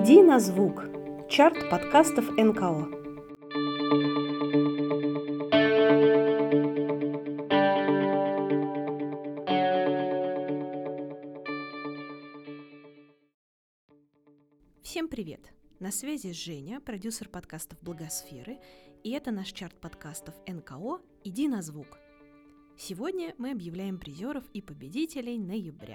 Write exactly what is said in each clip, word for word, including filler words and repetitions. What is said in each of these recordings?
Иди на звук. Чарт подкастов эн ка о. Всем привет! На связи Женя, продюсер подкастов Благосферы, и это наш чарт подкастов эн ка о «Иди на звук». Сегодня мы объявляем призеров и победителей ноября.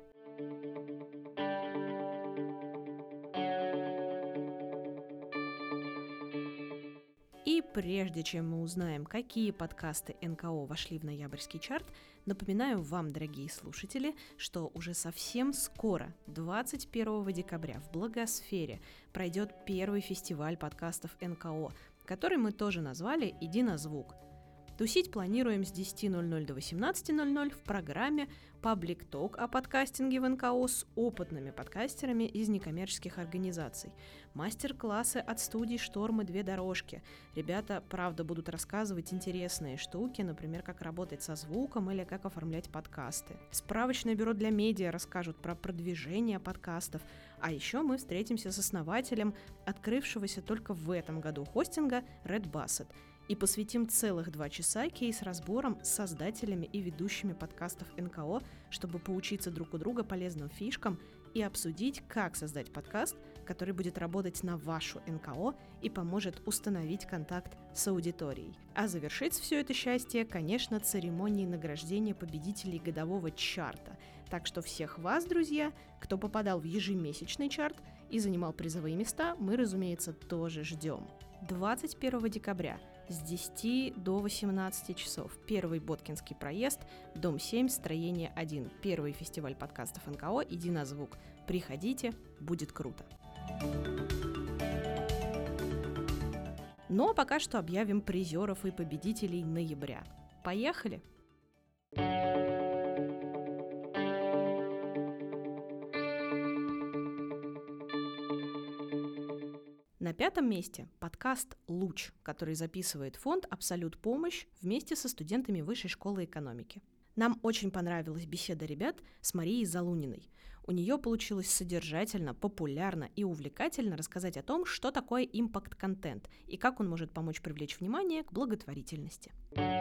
И прежде чем мы узнаем, какие подкасты эн ка о вошли в ноябрьский чарт, напоминаю вам, дорогие слушатели, что уже совсем скоро, двадцать первого декабря, в Благосфере пройдет первый фестиваль подкастов эн ка о, который мы тоже назвали «Иди на звук». Тусить планируем с десяти ноль-ноль до восемнадцати ноль-ноль в программе «Паблик Ток» о подкастинге в эн ка о с опытными подкастерами из некоммерческих организаций, мастер-классы от студий «Шторм» и «Две дорожки». Ребята, правда, будут рассказывать интересные штуки, например, как работать со звуком или как оформлять подкасты. Справочное бюро для медиа расскажут про продвижение подкастов, а еще мы встретимся с основателем открывшегося только в этом году хостинга Red Basset и посвятим целых два часа кейс-разборам с создателями и ведущими подкастов эн ка о, чтобы поучиться друг у друга полезным фишкам и обсудить, как создать подкаст, который будет работать на вашу эн ка о и поможет установить контакт с аудиторией. А завершится все это счастье, конечно, церемонией награждения победителей годового чарта. Так что всех вас, друзья, кто попадал в ежемесячный чарт и занимал призовые места, мы, разумеется, тоже ждем. двадцать первого декабря с десяти до восемнадцати часов. Первый Боткинский проезд, дом семь, строение один. Первый фестиваль подкастов эн ка о «Иди на звук». Приходите, будет круто. Ну а пока что объявим призеров и победителей ноября. Поехали! На пятом месте подкаст «Луч», который записывает фонд «Абсолют Помощь» вместе со студентами Высшей школы экономики. Нам очень понравилась беседа ребят с Марией Залуниной. У нее получилось содержательно, популярно и увлекательно рассказать о том, что такое импакт-контент и как он может помочь привлечь внимание к благотворительности.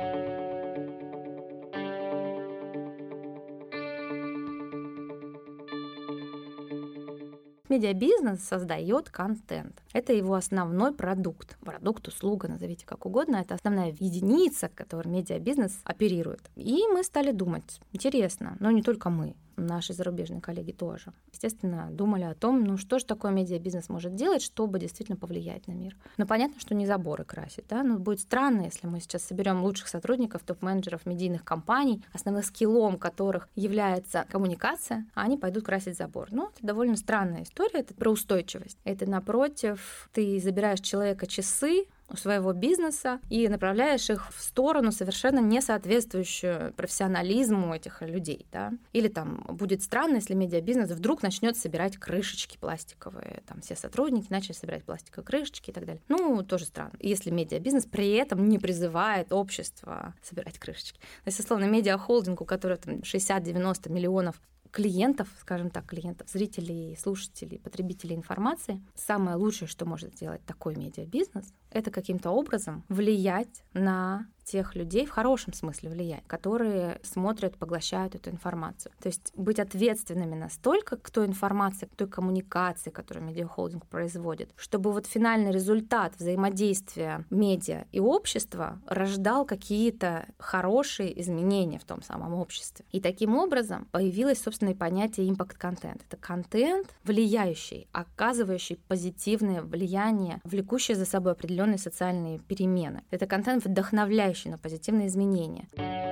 Медиабизнес создает контент. Это его основной продукт. Продукт, услуга, назовите как угодно. Это основная единица, которой медиабизнес оперирует. И мы стали думать, интересно, но не только мы, наши зарубежные коллеги тоже. Естественно, думали о том, ну что же такое медиабизнес может делать, чтобы действительно повлиять на мир. Но понятно, что не заборы красить, да, но будет странно, если мы сейчас соберем лучших сотрудников, топ-менеджеров медийных компаний, основным скиллом которых является коммуникация, а они пойдут красить забор. Ну, это довольно странная история, это про устойчивость. Это, напротив, ты забираешь человека часы у своего бизнеса и направляешь их в сторону, совершенно не соответствующую профессионализму этих людей. Да? Или там будет странно, если медиабизнес вдруг начнет собирать крышечки пластиковые. Там все сотрудники начали собирать пластиковые крышечки и так далее. Ну, тоже странно. Если медиабизнес при этом не призывает общество собирать крышечки. То есть, условно, медиахолдинг, у которого там шестьдесят-девяносто миллионов клиентов, скажем так, клиентов, зрителей, слушателей, потребителей информации, самое лучшее, что может сделать такой медиабизнес, это каким-то образом влиять на тех людей, в хорошем смысле влиять, которые смотрят, поглощают эту информацию. То есть быть ответственными настолько к той информации, к той коммуникации, которую медиахолдинг производит, чтобы вот финальный результат взаимодействия медиа и общества рождал какие-то хорошие изменения в том самом обществе. И таким образом появилось, собственно, и понятие импакт-контент. Это контент, влияющий, оказывающий позитивное влияние, влекущий за собой определенные социальные перемены. Это контент, вдохновляющий на позитивные изменения.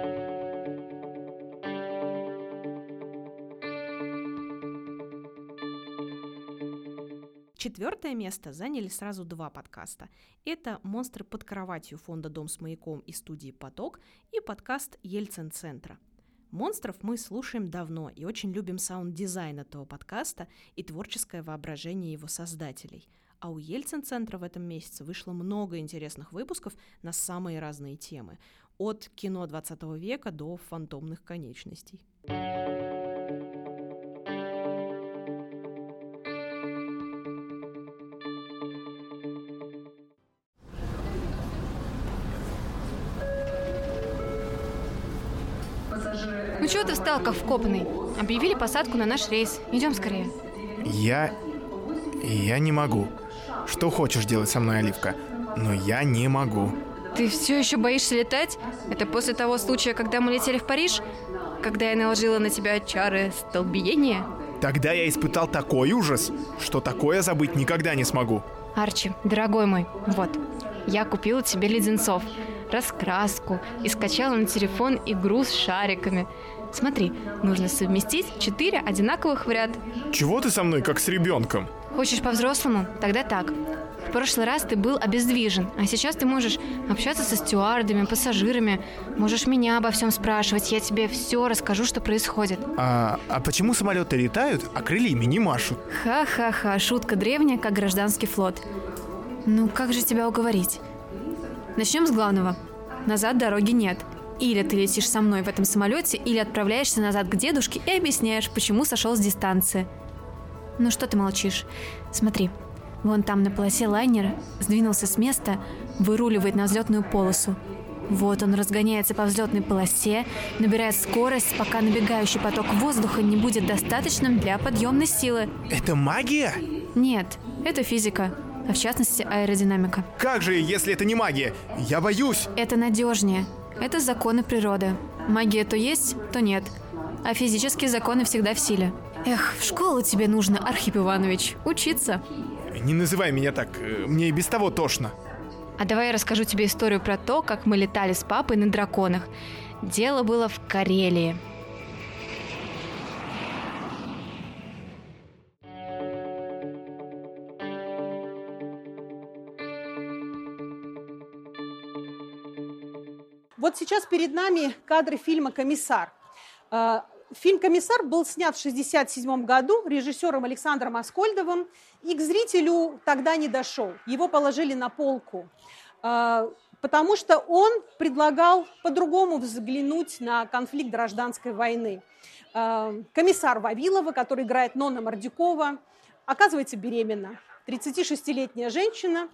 Четвертое место заняли сразу два подкаста. Это «Монстры под кроватью» фонда «Дом с маяком» и студии «Поток» и подкаст Ельцин-центра. «Монстров» мы слушаем давно и очень любим саунд-дизайн этого подкаста и творческое воображение его создателей. А у Ельцин-центра в этом месяце вышло много интересных выпусков на самые разные темы. От кино двадцатого века до фантомных конечностей. Ну чего ты встал, как вкопанный? Объявили посадку на наш рейс. Идем скорее. Я... я не могу. Что хочешь делать со мной, Оливка, но я не могу. Ты все еще боишься летать? Это после того случая, когда мы летели в Париж? Когда я наложила на тебя чары столбиения? Тогда я испытал такой ужас, что такое забыть никогда не смогу. Арчи, дорогой мой, вот, я купила тебе леденцов, раскраску и скачала на телефон игру с шариками. Смотри, нужно совместить четыре одинаковых в ряд. Чего ты со мной, как с ребенком? Хочешь по-взрослому? Тогда так. В прошлый раз ты был обездвижен, а сейчас ты можешь общаться со стюардами, пассажирами. Можешь меня обо всем спрашивать, я тебе все расскажу, что происходит. А, а почему самолеты летают, а крыльями не машут? Ха-ха-ха, шутка древняя, как гражданский флот. Ну, как же тебя уговорить? Начнем с главного. Назад дороги нет. Или ты летишь со мной в этом самолете, или отправляешься назад к дедушке и объясняешь, почему сошел с дистанции. Ну что ты молчишь? Смотри. Вон там на полосе лайнера сдвинулся с места, выруливает на взлетную полосу. Вот он разгоняется по взлетной полосе, набирает скорость, пока набегающий поток воздуха не будет достаточным для подъемной силы. Это магия? Нет, это физика, а в частности аэродинамика. Как же, если это не магия? Я боюсь. Это надежнее. Это законы природы. Магия то есть, то нет. А физические законы всегда в силе. Эх, в школу тебе нужно, Архип Иванович, учиться. Не называй меня так, мне и без того тошно. А давай я расскажу тебе историю про то, как мы летали с папой на драконах. Дело было в Карелии. Вот сейчас перед нами кадры фильма «Комиссар». Фильм «Комиссар» был снят в шестьдесят седьмом году режиссером Александром Аскольдовым и к зрителю тогда не дошел. Его положили на полку, потому что он предлагал по-другому взглянуть на конфликт гражданской войны. Комиссар Вавилова, который играет Нонна Мордюкова, оказывается беременна. тридцатишестилетняя женщина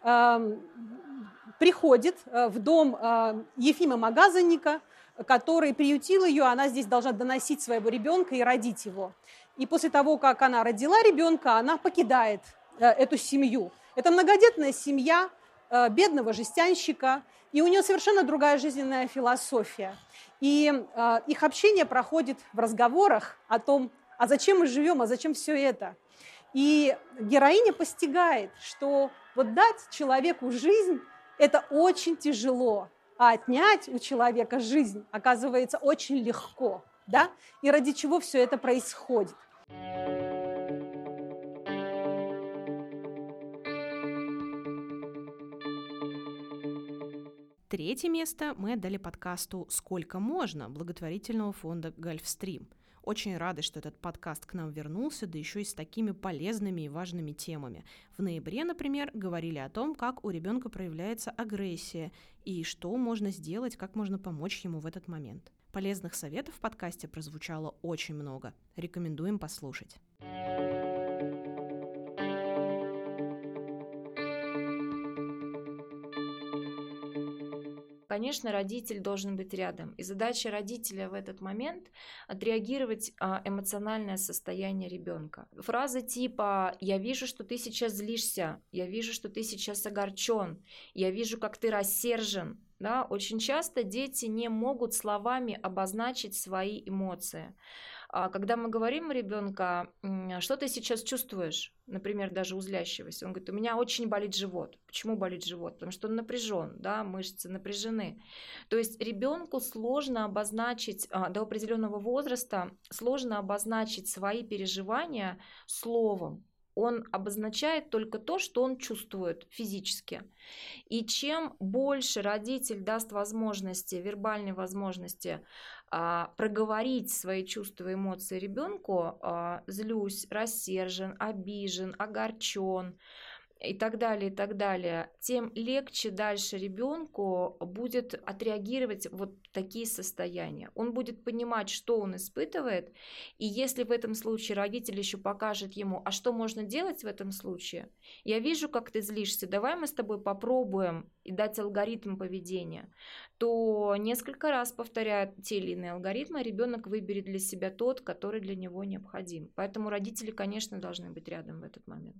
приходит в дом Ефима Магазинника, который приютил ее, она здесь должна доносить своего ребенка и родить его. И после того, как она родила ребенка, она покидает э, эту семью. Это многодетная семья э, бедного жестянщика, и у нее совершенно другая жизненная философия. И э, их общение проходит в разговорах о том, а зачем мы живем, а зачем все это. И героиня постигает, что вот дать человеку жизнь – это очень тяжело. А отнять у человека жизнь, оказывается, очень легко, да? И ради чего все это происходит? Третье место мы отдали подкасту «Сколько можно» благотворительного фонда «Гольфстрим». Очень рады, что этот подкаст к нам вернулся, да еще и с такими полезными и важными темами. В ноябре, например, говорили о том, как у ребенка проявляется агрессия и что можно сделать, как можно помочь ему в этот момент. Полезных советов в подкасте прозвучало очень много. Рекомендуем послушать. Конечно, родитель должен быть рядом. И задача родителя в этот момент – отреагировать на эмоциональное состояние ребенка. Фразы типа «я вижу, что ты сейчас злишься», «я вижу, что ты сейчас огорчен», «я вижу, как ты рассержен». Да? Очень часто дети не могут словами обозначить свои эмоции. Когда мы говорим у ребенка, что ты сейчас чувствуешь, например, даже у злящегося, он говорит, у меня очень болит живот. Почему болит живот? Потому что он напряжен, да, мышцы напряжены. То есть ребенку сложно обозначить, до определенного возраста, сложно обозначить свои переживания словом. Он обозначает только то, что он чувствует физически. И чем больше родитель даст возможности, вербальной возможности а, проговорить свои чувства и эмоции ребенку, а, злюсь, рассержен, обижен, огорчен и так далее, и так далее, тем легче дальше ребенку будет отреагировать вот такие состояния. Он будет понимать, что он испытывает, и если в этом случае родитель еще покажет ему, а что можно делать в этом случае? Я вижу, как ты злишься, давай мы с тобой попробуем и дать алгоритм поведения, то несколько раз повторяя те или иные алгоритмы, ребенок выберет для себя тот, который для него необходим. Поэтому родители, конечно, должны быть рядом в этот момент.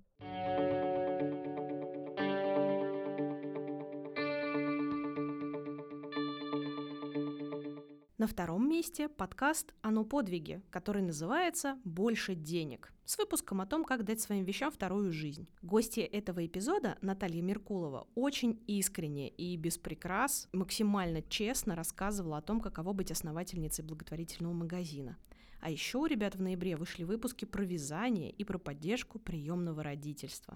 На втором месте подкаст «А ну подвиги», который называется «Больше денег», с выпуском о том, как дать своим вещам вторую жизнь. Гостья этого эпизода, Наталья Меркулова, очень искренне и без прикрас, максимально честно рассказывала о том, каково быть основательницей благотворительного магазина. А еще у ребят в ноябре вышли выпуски про вязание и про поддержку приемного родительства.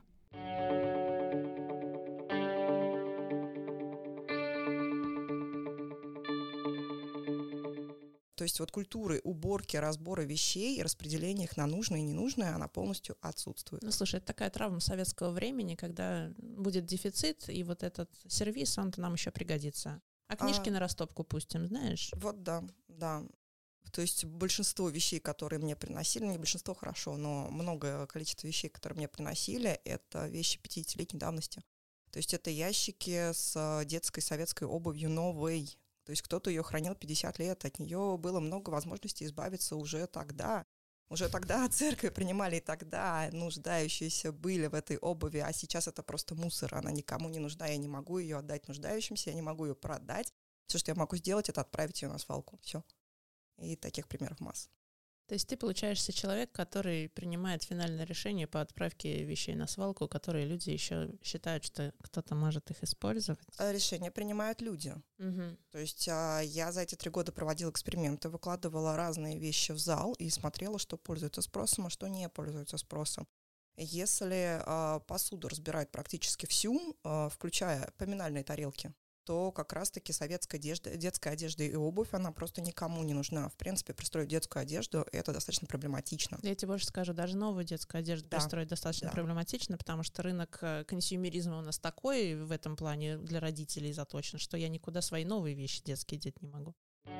То есть вот культуры уборки, разбора вещей и распределения их на нужное и ненужное, она полностью отсутствует. Ну, слушай, это такая травма советского времени, когда будет дефицит, и вот этот сервис, он-то нам еще пригодится. А книжки а, на растопку пустим, знаешь? Вот да, да. То есть большинство вещей, которые мне приносили, не большинство хорошо, но многое количество вещей, которые мне приносили, это вещи пятидесятилетней давности. То есть это ящики с детской советской обувью новой. То есть кто-то ее хранил пятьдесят лет, от нее было много возможностей избавиться уже тогда. Уже тогда церковь принимали, и тогда нуждающиеся были в этой обуви, а сейчас это просто мусор, она никому не нужна, я не могу ее отдать нуждающимся, я не могу ее продать. Все, что я могу сделать, это отправить ее на свалку. Все. И таких примеров масса. То есть ты получаешься человек, который принимает финальное решение по отправке вещей на свалку, которые люди еще считают, что кто-то может их использовать? Решения принимают люди. Угу. То есть а, я за эти три года проводила эксперименты, выкладывала разные вещи в зал и смотрела, что пользуется спросом, а что не пользуется спросом. Если а, посуду разбирают практически всю, а, включая поминальные тарелки, то как раз-таки советская одежда, детская одежда и обувь, она просто никому не нужна. В принципе, пристроить детскую одежду – это достаточно проблематично. Я тебе больше скажу, даже новую детскую одежду да. пристроить достаточно да. проблематично, потому что рынок консюмеризма у нас такой в этом плане для родителей заточен, что я никуда свои новые вещи детские деть не могу.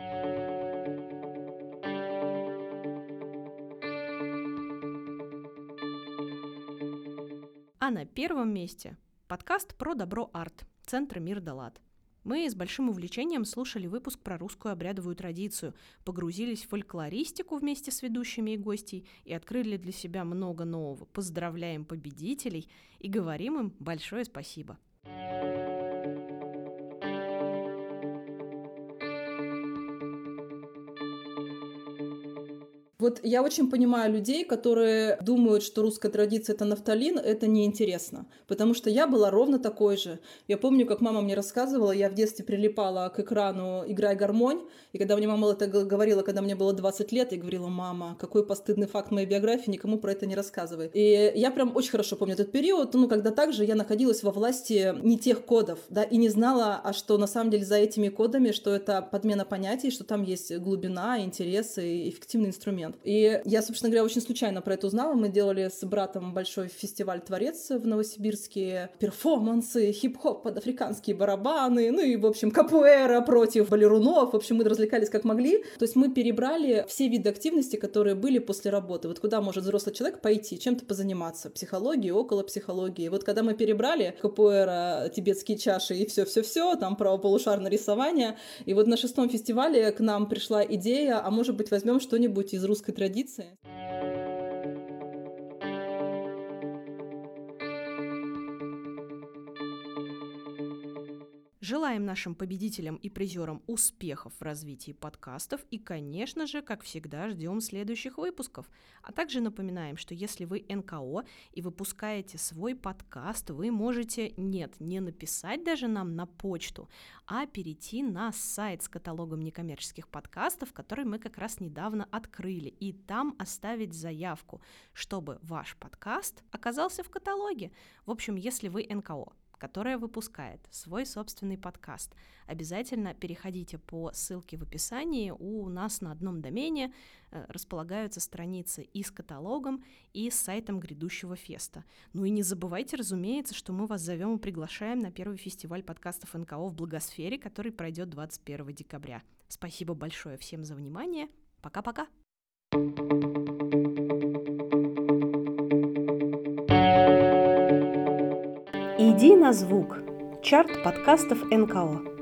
А на первом месте подкаст про добро-арт Центра Мир да Лад. Мы с большим увлечением слушали выпуск про русскую обрядовую традицию, погрузились в фольклористику вместе с ведущими и гостей и открыли для себя много нового. Поздравляем победителей и говорим им большое спасибо. Вот я очень понимаю людей, которые думают, что русская традиция — это нафталин, это неинтересно. Потому что я была ровно такой же. Я помню, как мама мне рассказывала, я в детстве прилипала к экрану «Играй гармонь», и когда мне мама это говорила, когда мне было двадцать лет, я говорила: мама, какой постыдный факт моей биографии, никому про это не рассказывай. И я прям очень хорошо помню этот период, ну, когда также я находилась во власти не тех кодов, да, и не знала, а что на самом деле за этими кодами, что это подмена понятий, что там есть глубина, интересы и эффективный инструмент. И я, собственно говоря, очень случайно про это узнала. Мы делали с братом большой фестиваль «Творец» в Новосибирске. Перформансы, хип-хоп под африканские барабаны, ну и, в общем, капуэра против балерунов. В общем, мы развлекались как могли. То есть мы перебрали все виды активности, которые были после работы. Вот куда может взрослый человек пойти, чем-то позаниматься. Психологией, около психологии. Вот когда мы перебрали капуэра, тибетские чаши и все-все-все, там правополушарное рисование. И вот на шестом фестивале к нам пришла идея, а может быть, возьмем что-нибудь из русской традиции. Желаем нашим победителям и призерам успехов в развитии подкастов и, конечно же, как всегда, ждем следующих выпусков. А также напоминаем, что если вы эн ка о и выпускаете свой подкаст, вы можете, нет, не написать даже нам на почту, а перейти на сайт с каталогом некоммерческих подкастов, который мы как раз недавно открыли, и там оставить заявку, чтобы ваш подкаст оказался в каталоге. В общем, если вы эн ка о, которая выпускает свой собственный подкаст, обязательно переходите по ссылке в описании. У нас на одном домене э, располагаются страницы и с каталогом, и с сайтом грядущего феста. Ну и не забывайте, разумеется, что мы вас зовем и приглашаем на первый фестиваль подкастов эн ка о в Благосфере, который пройдет двадцать первого декабря. Спасибо большое всем за внимание. Пока-пока! Иди на звук. Чарт подкастов эн ка о.